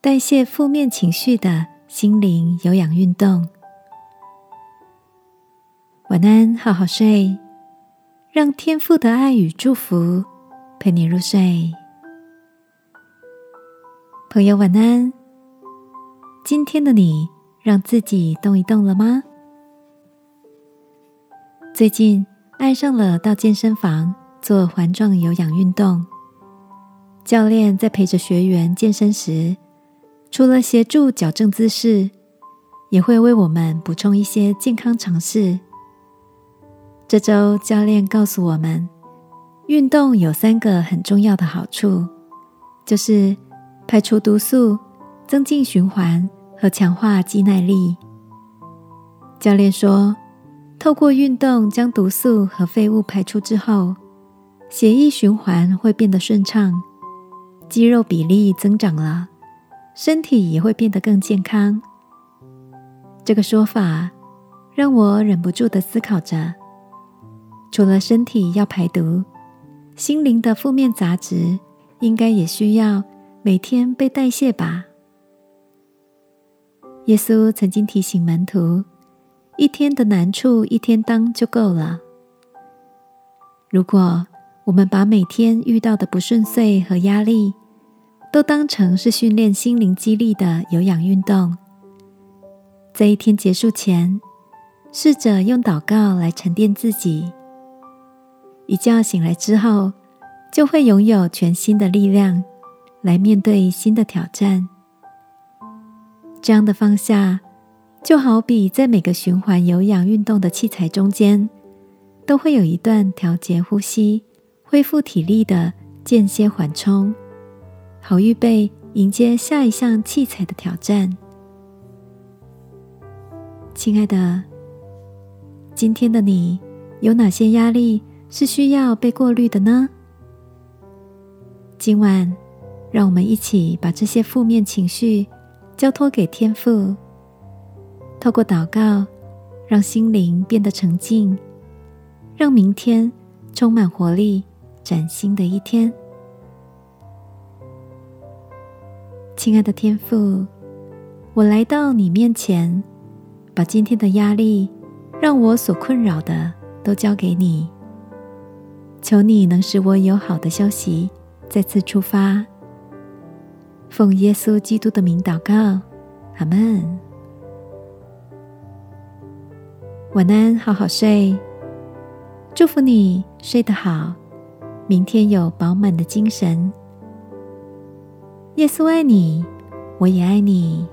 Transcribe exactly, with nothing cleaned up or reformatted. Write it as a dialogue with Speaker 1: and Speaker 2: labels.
Speaker 1: 代谢负面情绪的心灵有氧运动。晚安，好好睡，让天父的爱与祝福陪你入睡。朋友晚安，今天的你让自己动一动了吗？最近爱上了到健身房做环状有氧运动，教练在陪着学员健身时，除了协助矫正姿势，也会为我们补充一些健康常识。这周教练告诉我们，运动有三个很重要的好处，就是排除毒素、增进循环和强化肌耐力。教练说，透过运动将毒素和废物排出之后，血液循环会变得顺畅，肌肉比例增长了，身体也会变得更健康。这个说法让我忍不住地思考着，除了身体要排毒，心灵的负面杂质应该也需要每天被代谢吧。耶稣曾经提醒门徒，一天的难处一天当就够了。如果我们把每天遇到的不顺遂和压力都当成是训练心灵肌力的有氧运动，在一天结束前，试着用祷告来沉淀自己，一觉醒来之后，就会拥有全新的力量来面对新的挑战。这样的放下，就好比在每个循环有氧运动的器材中间，都会有一段调节呼吸、恢复体力的间歇缓冲，好预备迎接下一项器材的挑战。亲爱的，今天的你有哪些压力是需要被过滤的呢？今晚，让我们一起把这些负面情绪交托给天父，透过祷告，让心灵变得澄净，让明天充满活力、崭新的一天。亲爱的天父，我来到你面前，把今天的压力，让我所困扰的都交给你。求你能使我有好的休息，再次出发。奉耶稣基督的名祷告，阿们。晚安，好好睡。祝福你睡得好，明天有饱满的精神。耶稣爱你，我也爱你。